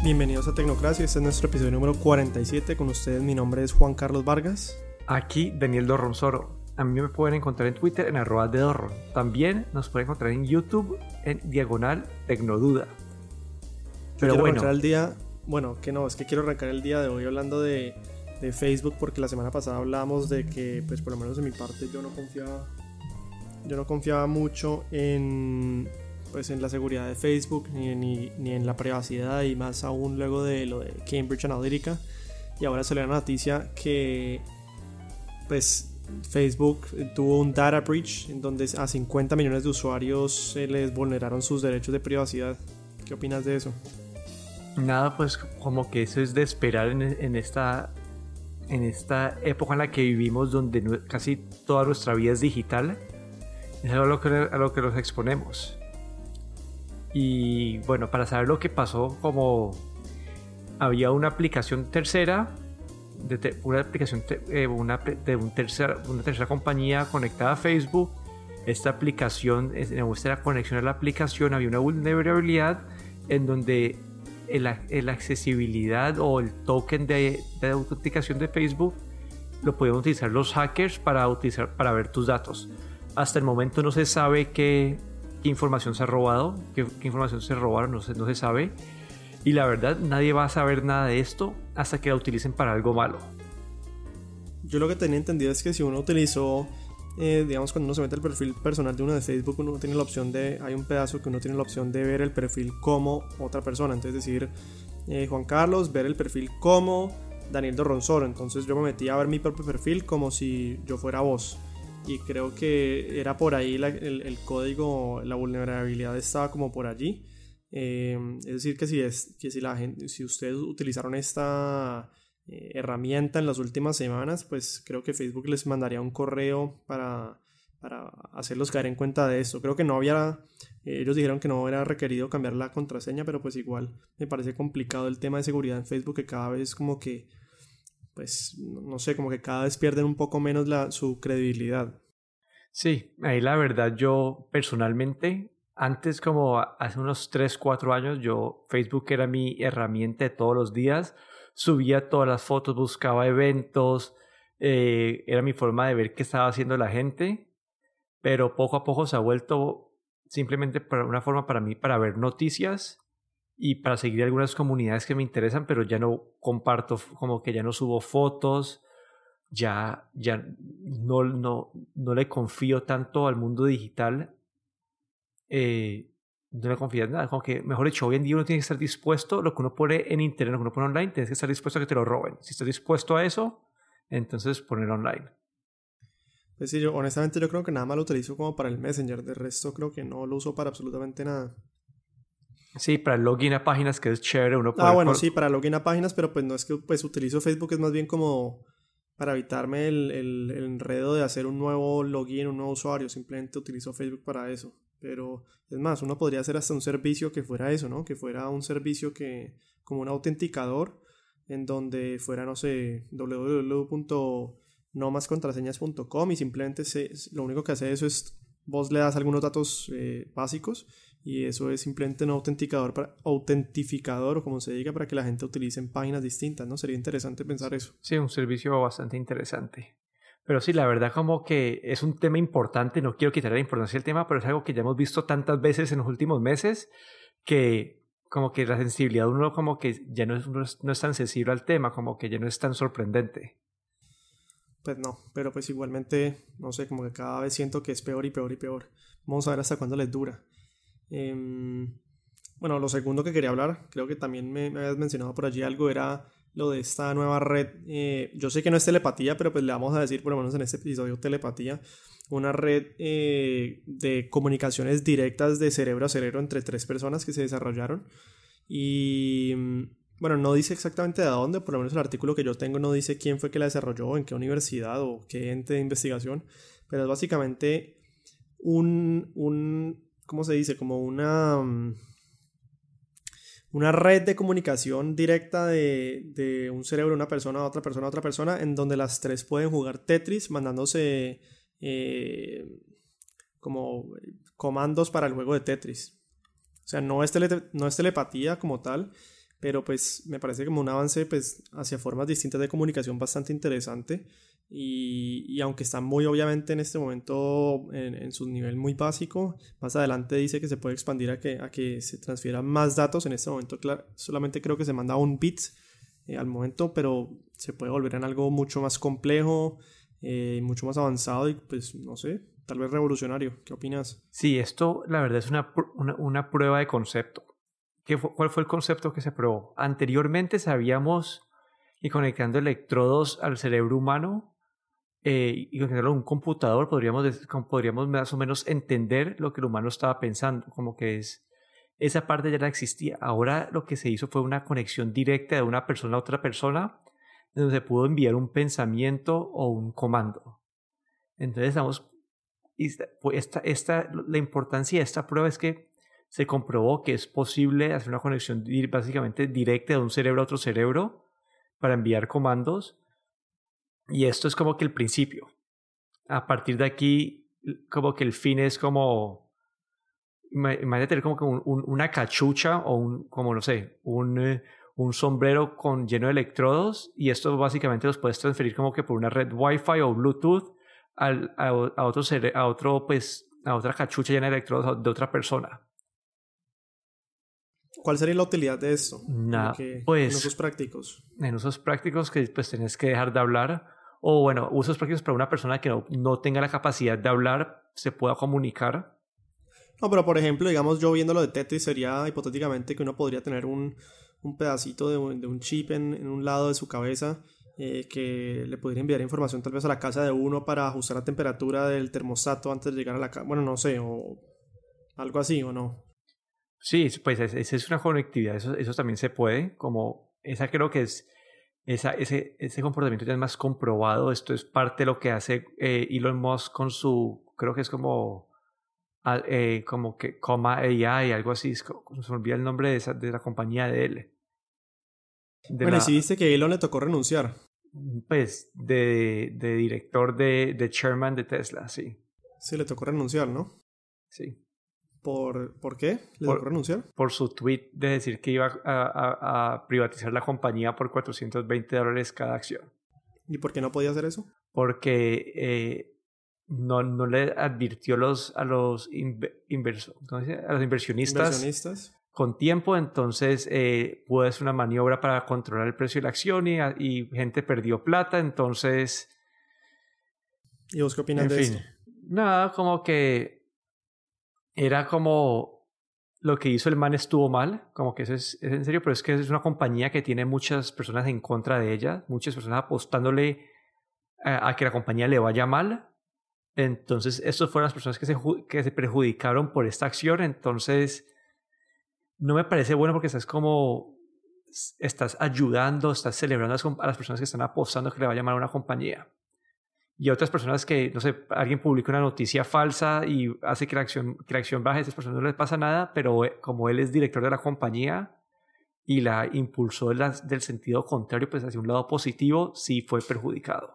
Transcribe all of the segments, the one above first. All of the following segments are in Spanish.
Bienvenidos a Tecnocracia, este es nuestro episodio número 47. Con ustedes, mi nombre es Juan Carlos Vargas. Aquí Daniel Dorronsoro. A mí me pueden encontrar en Twitter en @dedorron. También nos pueden encontrar en YouTube en /Tecnoduda. Pero bueno, es que quiero arrancar el día de hoy hablando de Facebook, porque la semana pasada hablábamos de que, pues por lo menos de mi parte, yo no confiaba mucho en la seguridad de Facebook ni en la privacidad, y más aún luego de lo de Cambridge Analytica. Y ahora salió la noticia que pues Facebook tuvo un data breach en donde a 50 millones de usuarios se les vulneraron sus derechos de privacidad. ¿Qué opinas de eso? nada, pues como que eso es de esperar en esta época en la que vivimos, donde casi toda nuestra vida es digital. Es algo a lo que nos exponemos. Y bueno, para saber lo que pasó, como había una aplicación tercera, una tercera compañía conectada a Facebook. Esta aplicación, en la conexión a la aplicación, había una vulnerabilidad en donde la accesibilidad o el token de autenticación de Facebook lo podían utilizar los hackers para ver tus datos. Hasta el momento no se sabe qué información se ha robado, qué información se robaron, no se sabe. Y la verdad, nadie va a saber nada de esto hasta que la utilicen para algo malo. Yo lo que tenía entendido es que si uno utilizó, digamos, cuando uno se mete al perfil personal de uno de Facebook, uno tiene la opción hay un pedazo que uno tiene la opción de ver el perfil como otra persona. Entonces decir, Juan Carlos, ver el perfil como Daniel Dorronsoro. Entonces yo me metí a ver mi propio perfil como si yo fuera vos. Y creo que era por ahí el código, la vulnerabilidad estaba como por allí. Es decir, que si ustedes utilizaron esta herramienta en las últimas semanas, pues creo que Facebook les mandaría un correo para hacerlos caer en cuenta de esto. Creo que no había, ellos dijeron que no era requerido cambiar la contraseña, pero pues igual me parece complicado el tema de seguridad en Facebook, que cada vez como que, pues no sé, como que cada vez pierden un poco menos su credibilidad. Sí, ahí la verdad, yo personalmente, antes, como hace unos 3-4 años, Facebook era mi herramienta de todos los días. Subía todas las fotos, buscaba eventos, era mi forma de ver qué estaba haciendo la gente. Pero poco a poco se ha vuelto simplemente una forma para mí para ver noticias y para seguir algunas comunidades que me interesan, pero ya no comparto, como que ya no subo fotos, ya no le confío tanto al mundo digital. No le confío en nada, como que, mejor dicho, hoy en día uno tiene que estar dispuesto, lo que uno pone en internet, lo que uno pone online, tienes que estar dispuesto a que te lo roben. Si estás dispuesto a eso, entonces poner online. Pues sí, honestamente yo creo que nada más lo utilizo como para el Messenger. De resto creo que no lo uso para absolutamente nada. Sí, para el login a páginas, que es chévere uno poder... Sí, para login a páginas, pero pues no es que pues utilizo Facebook, es más bien como para evitarme el enredo de hacer un nuevo login, un nuevo usuario. Simplemente utilizo Facebook para eso. Pero es más, uno podría hacer hasta un servicio que fuera eso, ¿no? Que fuera un servicio como un autenticador, en donde fuera, no sé, www.nomascontraseñas.com, y simplemente lo único que hace eso es vos le das algunos datos básicos, y eso es simplemente un autentificador, o como se diga, para que la gente utilice en páginas distintas, ¿no? Sería interesante pensar eso. Sí, un servicio bastante interesante. Pero sí, la verdad, como que es un tema importante. No quiero quitarle la importancia al tema, pero es algo que ya hemos visto tantas veces en los últimos meses, que como que la sensibilidad de uno como que ya no es tan sensible al tema, como que ya no es tan sorprendente. Pues no, pero pues igualmente, no sé, como que cada vez siento que es peor y peor y peor. Vamos a ver hasta cuándo les dura. Bueno, lo segundo que quería hablar, creo que también me habías mencionado por allí algo, era lo de esta nueva red. Yo sé que no es telepatía, pero pues le vamos a decir, por lo menos en este episodio, telepatía. Una red de comunicaciones directas de cerebro a cerebro entre 3 personas que se desarrollaron. Y bueno, no dice exactamente de dónde, por lo menos el artículo que yo tengo no dice quién fue que la desarrolló, en qué universidad o qué ente de investigación, pero es básicamente ¿cómo se dice? Como una red de comunicación directa de un cerebro de una persona a otra persona a otra persona, en donde las 3 pueden jugar Tetris mandándose como comandos para el juego de Tetris. O sea, no es telepatía como tal, pero pues me parece como un avance pues hacia formas distintas de comunicación bastante interesante y aunque está muy obviamente en este momento en su nivel muy básico, más adelante dice que se puede expandir a que se transfieran más datos. En este momento solamente creo que se manda un bit al momento, pero se puede volver en algo mucho más complejo, mucho más avanzado y pues no sé, tal vez revolucionario. ¿Qué opinas? Sí, esto la verdad es una prueba de concepto. ¿Cuál fue el concepto que se probó? Anteriormente sabíamos que conectando electrodos al cerebro humano y conectarlo a un computador podríamos más o menos entender lo que el humano estaba pensando, como que esa parte ya no existía. Ahora lo que se hizo fue una conexión directa de una persona a otra persona, donde se pudo enviar un pensamiento o un comando. Entonces la importancia de esta prueba es que se comprobó que es posible hacer una conexión básicamente directa de un cerebro a otro cerebro para enviar comandos. Y esto es como que el principio. A partir de aquí, como que el fin es como, imagínate tener como que una cachucha o como no sé, un sombrero lleno de electrodos y esto básicamente los puedes transferir como que por una red Wi-Fi o Bluetooth a otra cachucha llena de electrodos de otra persona. ¿Cuál sería la utilidad de esto? Pues, en usos prácticos. En usos prácticos que pues tenés que dejar de hablar. O bueno, usos prácticos para una persona que no tenga la capacidad de hablar, se pueda comunicar. No, pero por ejemplo, digamos, yo viéndolo de Tetris, sería hipotéticamente que uno podría tener un pedacito de un chip en un lado de su cabeza que le podría enviar información tal vez a la casa de uno para ajustar la temperatura del termostato antes de llegar a la casa. Bueno, no sé, o algo así, ¿o no? Sí, pues esa es una conectividad, eso también se puede, como esa creo que es, ese comportamiento ya es más comprobado, esto es parte de lo que hace Elon Musk con creo que es como que Coma AI, algo así, se me olvida el nombre de la compañía de él. Bueno, y si viste que Elon le tocó renunciar. Pues de director de chairman de Tesla, sí. Sí, le tocó renunciar, ¿no? Sí. ¿Por qué? ¿Le tocó renunciar? Por su tweet de decir que iba a privatizar la compañía por $420 cada acción. ¿Y por qué no podía hacer eso? Porque no le advirtió a los inversionistas con tiempo, entonces pudo hacer una maniobra para controlar el precio de la acción y gente perdió plata, entonces... ¿Y vos qué opinas de esto? Nada, como que era como lo que hizo el man estuvo mal, como que eso es en serio, pero es que es una compañía que tiene muchas personas en contra de ella, muchas personas apostándole a que la compañía le vaya mal. Entonces, estas fueron las personas que se perjudicaron por esta acción. Entonces, no me parece bueno porque estás ayudando, estás celebrando a las personas que están apostando que le vaya mal a una compañía. Y otras personas que, no sé, alguien publica una noticia falsa y hace que la acción baje, a esas personas no les pasa nada, pero como él es director de la compañía y la impulsó del sentido contrario, pues hacia un lado positivo, sí fue perjudicado.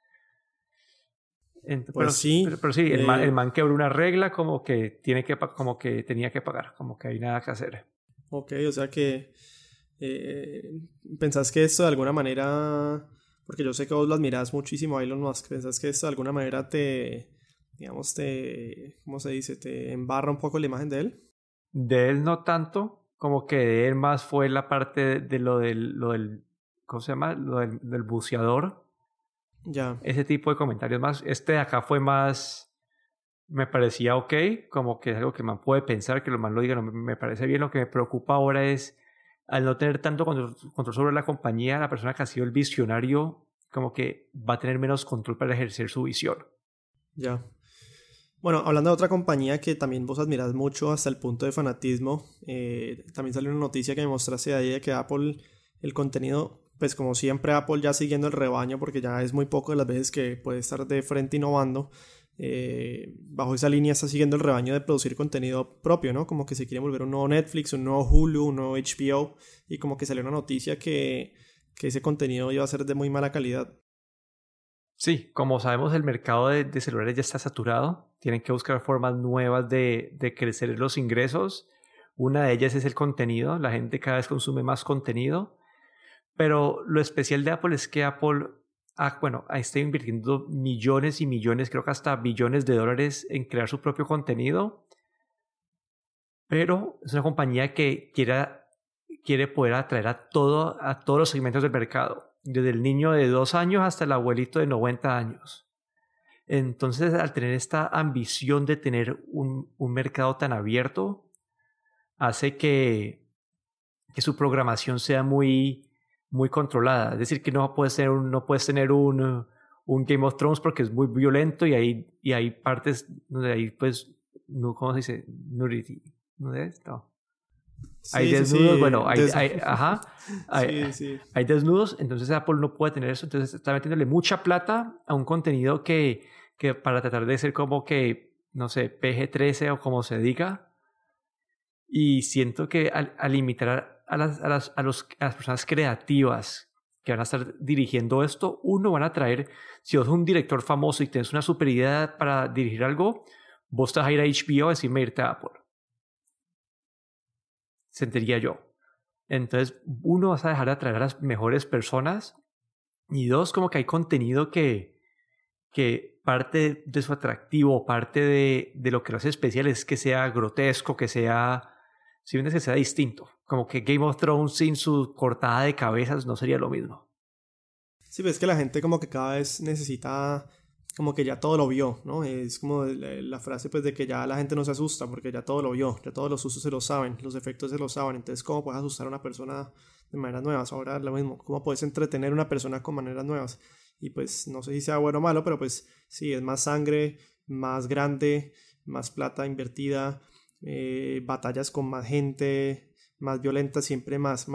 Pues sí, pero sí, el man quebró una regla como que tenía que pagar, como que hay nada que hacer. Ok, o sea que pensás que esto de alguna manera, porque yo sé que vos lo admirás muchísimo a Elon Musk, pensás que esto de alguna manera ¿cómo se dice? ¿Te embarra un poco la imagen de él? De él no tanto, como que de él más fue la parte de lo del ¿cómo se llama? Lo del buceador. Ya. Ese tipo de comentarios más. Este de acá fue más, me parecía ok, como que es algo que el man puede pensar, que el man lo diga, no, me parece bien. Lo que me preocupa ahora es, al no tener tanto control sobre la compañía, la persona que ha sido el visionario, como que va a tener menos control para ejercer su visión. Ya. Bueno, hablando de otra compañía que también vos admirás mucho hasta el punto de fanatismo, también salió una noticia que me mostraste de ahí de que Apple, el contenido, pues como siempre Apple ya siguiendo el rebaño porque ya es muy poco de las veces que puede estar de frente innovando, bajo esa línea está siguiendo el rebaño de producir contenido propio, ¿no? Como que se quiere volver un nuevo Netflix, un nuevo Hulu, un nuevo HBO y como que salió una noticia que ese contenido iba a ser de muy mala calidad. Sí, como sabemos el mercado de celulares ya está saturado, tienen que buscar formas nuevas de crecer los ingresos. Una de ellas es el contenido. La gente cada vez consume más contenido. Pero lo especial de Apple es que Apple está invirtiendo millones y millones, creo que hasta billones de dólares en crear su propio contenido. Pero es una compañía que quiere poder atraer a todos los segmentos del mercado. Desde el niño de 2 años hasta el abuelito de 90 años. Entonces, al tener esta ambición de tener un mercado tan abierto, hace que su programación sea muy, muy controlada. Es decir, que no puedes tener un Game of Thrones porque es muy violento y hay partes donde hay, pues, no, ¿cómo se dice? Nudity. ¿No es? No. Sí, Hay desnudos, bueno, hay desnudos, entonces Apple no puede tener eso, entonces está metiéndole mucha plata a un contenido que para tratar de ser como que, no sé, PG-13 o como se diga, y siento que al limitar a las personas creativas que van a estar dirigiendo esto, van a traer, si vos sos un director famoso y tienes una super idea para dirigir algo, vos te vas a ir a HBO a decirme irte a Apple. Sentiría yo. Entonces, vas a dejar de atraer a las mejores personas y 2, como que hay contenido que parte de su atractivo, parte de lo que lo hace especial es que sea grotesco, que sea distinto. Como que Game of Thrones sin su cortada de cabezas no sería lo mismo. Sí, pues es que la gente como que cada vez necesita, como que ya todo lo vio, ¿no? Es como la frase pues de que ya la gente no se asusta porque ya todo lo vio, ya todos los usos se lo saben, los efectos se lo saben, entonces ¿cómo puedes asustar a una persona de maneras nuevas? Ahora lo mismo, ¿cómo puedes entretener a una persona con maneras nuevas? Y pues no sé si sea bueno o malo, pero pues sí, es más sangre, más grande, más plata invertida, batallas con más gente, más violentas, siempre más.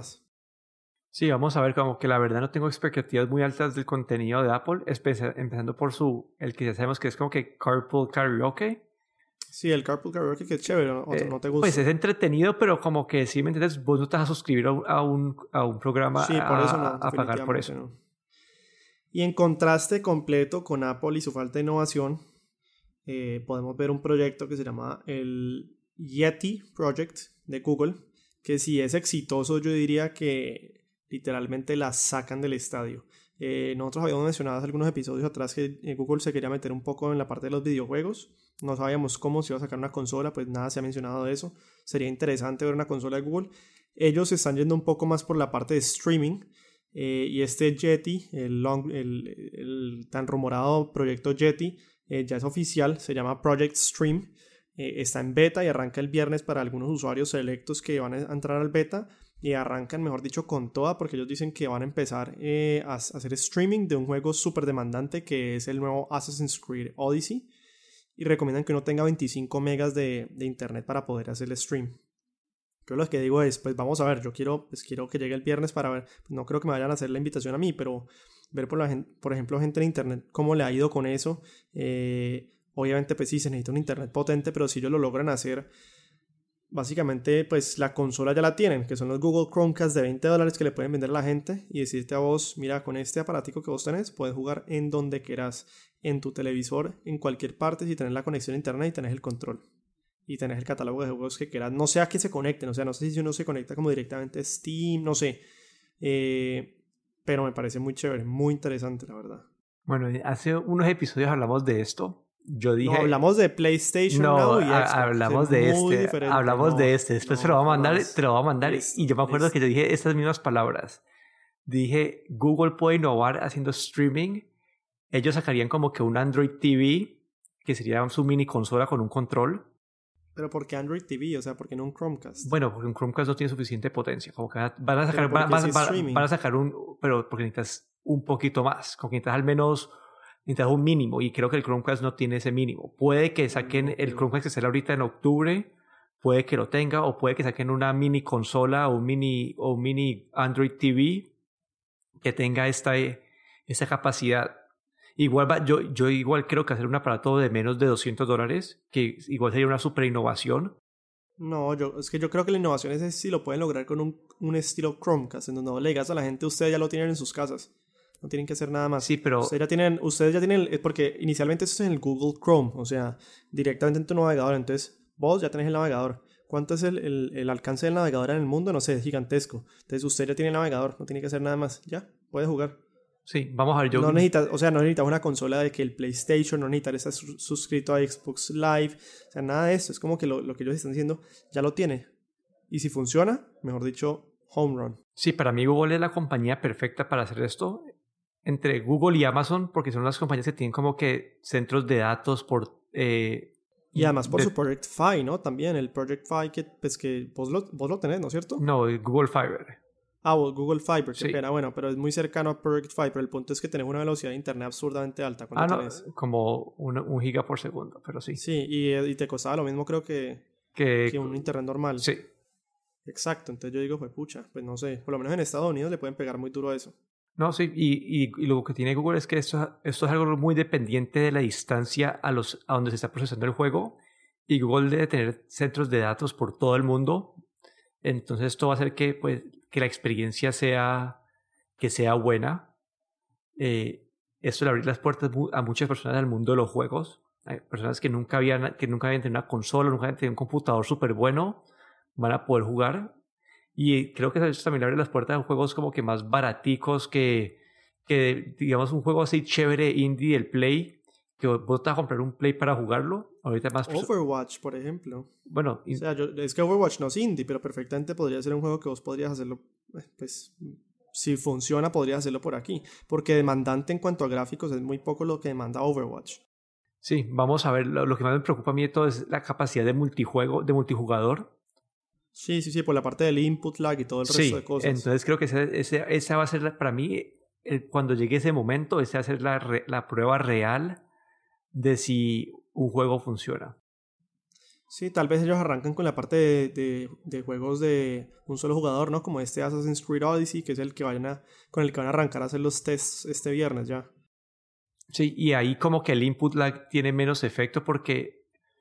Sí, vamos a ver, como que la verdad no tengo expectativas muy altas del contenido de Apple, empezando por el que ya sabemos que es como que Carpool Karaoke. Sí, el Carpool Karaoke que es chévere, ¿no te gusta? Pues es entretenido, pero como que sí, ¿me entiendes? Vos no te vas a suscribir a un programa sí, por eso no, a pagar por eso. No. Y en contraste completo con Apple y su falta de innovación, podemos ver un proyecto que se llama el Yeti Project de Google, que si es exitoso yo diría que literalmente la sacan del estadio. Nosotros habíamos mencionado hace algunos episodios atrás que Google se quería meter un poco en la parte de los videojuegos. No sabíamos cómo se iba a sacar una consola, pues nada se ha mencionado de eso. Sería interesante ver una consola de Google. Ellos se están yendo un poco más por la parte de streaming. Y este Yeti, el tan rumorado proyecto Yeti, ya es oficial, se llama Project Stream. Está en beta y arranca el viernes para algunos usuarios selectos que van a entrar al beta. Y arrancan, mejor dicho, con toda, porque ellos dicen que van a empezar a hacer streaming de un juego súper demandante que es el nuevo Assassin's Creed Odyssey. Y recomiendan que uno tenga 25 megas de internet para poder hacer el stream. Yo lo que digo es, pues vamos a ver, yo quiero que llegue el viernes para ver, no creo que me vayan a hacer la invitación a mí, pero ver por ejemplo gente en internet cómo le ha ido con eso. Obviamente pues sí, se necesita un internet potente, pero si ellos lo logran hacer, básicamente pues la consola ya la tienen, que son los Google Chromecast de $20 que le pueden vender a la gente y decirte a vos, mira, con este aparatico que vos tenés, puedes jugar en donde quieras, en tu televisor, en cualquier parte, si tenés la conexión a internet y tenés el control. Y tenés el catálogo de juegos que quieras. No sé a qué se conecten, o sea, no sé si uno se conecta como directamente a Steam, no sé. Pero me parece muy chévere, muy interesante, la verdad. Bueno, hace unos episodios hablamos de esto. Yo dije... No, hablamos de PlayStation Now y Xbox. Hablamos de este. Hablamos de este. Después te lo voy a mandar. Y yo me acuerdo que yo dije estas mismas palabras. Dije, Google puede innovar haciendo streaming. Ellos sacarían como que un Android TV, que sería su mini consola con un control. ¿Pero por qué Android TV? O sea, ¿por qué no un Chromecast? Bueno, porque un Chromecast no tiene suficiente potencia. Como que van a sacar un... Pero porque necesitas un poquito más. Como que necesitas un mínimo. Y creo que el Chromecast no tiene ese mínimo. Puede que saquen el Chromecast que sale ahorita en octubre. Puede que lo tenga. O puede que saquen una mini consola o un mini Android TV que tenga esta capacidad. Igual yo igual creo que hacer un aparato de menos de $200, que igual sería una super innovación. No, es que yo creo que la innovación es si lo pueden lograr con un estilo Chromecast, en donde no le digas a la gente, ustedes ya lo tienen en sus casas. No tienen que hacer nada más. Sí, pero... Ustedes ya tienen, porque inicialmente eso es en el Google Chrome, o sea, directamente en tu navegador. Entonces, vos ya tenés el navegador. ¿Cuánto es el alcance del navegador en el mundo? No sé, es gigantesco. Entonces usted ya tiene navegador, no tiene que hacer nada más. Ya, puede jugar. Sí, vamos a ver. No necesitas, o sea, no necesitas una consola de que el PlayStation, no necesitas estar suscrito a Xbox Live, o sea, nada de eso. Es como que lo que ellos están diciendo ya lo tiene. Y si funciona, mejor dicho, home run. Sí, para mí Google es la compañía perfecta para hacer esto. Entre Google y Amazon, porque son las compañías que tienen como que centros de datos por... y además por su Project Fi, ¿no? También el Project Fi que, pues, que vos lo tenés, ¿no es cierto? No, Google Fiber. Google Fiber, sí. Qué pena, bueno, pero es muy cercano a Project Fi, pero el punto es que tenés una velocidad de internet absurdamente alta. No, como 1 giga por segundo, pero sí. Sí, y te costaba lo mismo creo que un internet normal. Sí. Exacto, entonces yo digo, pues pucha, pues no sé, por lo menos en Estados Unidos le pueden pegar muy duro a eso. No, sí, y lo que tiene Google es que esto es algo muy dependiente de la distancia a donde se está procesando el juego, y Google debe tener centros de datos por todo el mundo, entonces esto va a hacer que la experiencia sea buena. Esto le abrir las puertas a muchas personas del mundo de los juegos. Hay personas que nunca habían tenido una consola, nunca habían tenido un computador súper bueno, van a poder jugar. Y creo que eso también le abre las puertas a juegos como que más baraticos que digamos, un juego así chévere indie del Play, que vos te vas a comprar un Play para jugarlo. Ahorita más Overwatch, por ejemplo. Bueno, o sea, es que Overwatch no es indie, pero perfectamente podría ser un juego que vos podrías hacerlo, pues, si funciona, podrías hacerlo por aquí. Porque demandante en cuanto a gráficos es muy poco lo que demanda Overwatch. Sí, vamos a ver, lo que más me preocupa a mí de todo es la capacidad de multijugador. Sí, por la parte del input lag y todo el resto de cosas. Entonces creo que esa va a ser para mí, cuando llegue ese momento, esa va a ser la prueba real de si un juego funciona. Sí, tal vez ellos arrancan con la parte de juegos de un solo jugador, ¿no? Como este Assassin's Creed Odyssey, que es el que con el que van a arrancar a hacer los tests este viernes ya. Sí, y ahí como que el input lag tiene menos efecto porque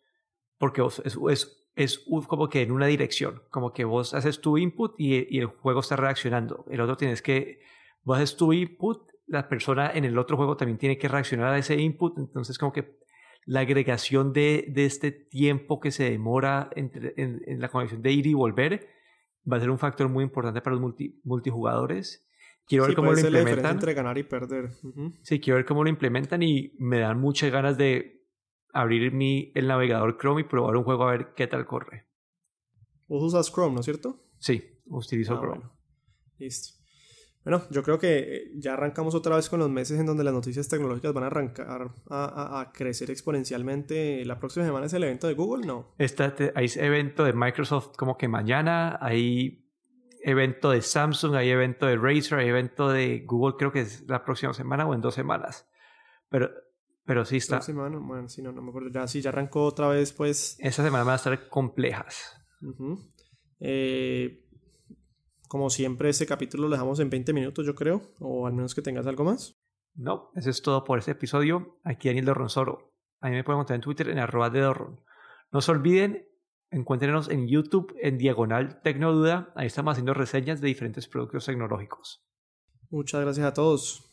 es como que en una dirección, como que vos haces tu input y el juego está reaccionando. El otro vos haces tu input, la persona en el otro juego también tiene que reaccionar a ese input, entonces como que la agregación de este tiempo que se demora en la conexión de ir y volver va a ser un factor muy importante para los multijugadores. Quiero ver cómo lo implementan. La diferencia entre ganar y perder. Sí, quiero ver cómo lo implementan y me dan muchas ganas de abrir el navegador Chrome y probar un juego a ver qué tal corre. Vos usas Chrome, ¿no es cierto? Sí, utilizo Chrome. Bueno. Listo. Bueno, yo creo que ya arrancamos otra vez con los meses en donde las noticias tecnológicas van a arrancar a crecer exponencialmente. ¿La próxima semana es el evento de Google? No. Hay evento de Microsoft como que mañana, hay evento de Samsung, hay evento de Razer, hay evento de Google, creo que es la próxima semana o en 2 semanas. Pero sí está. Semana, bueno, sí, no me acuerdo. Ya arrancó otra vez, pues. Esta semana van a estar complejas. Como siempre, este capítulo lo dejamos en 20 minutos, yo creo. O al menos que tengas algo más. No, eso es todo por este episodio. Aquí Daniel Dorronsoro. A mí me pueden encontrar en Twitter en @dedorron. No se olviden, encuéntrenos en YouTube en diagonal Tecnoduda. Ahí estamos haciendo reseñas de diferentes productos tecnológicos. Muchas gracias a todos.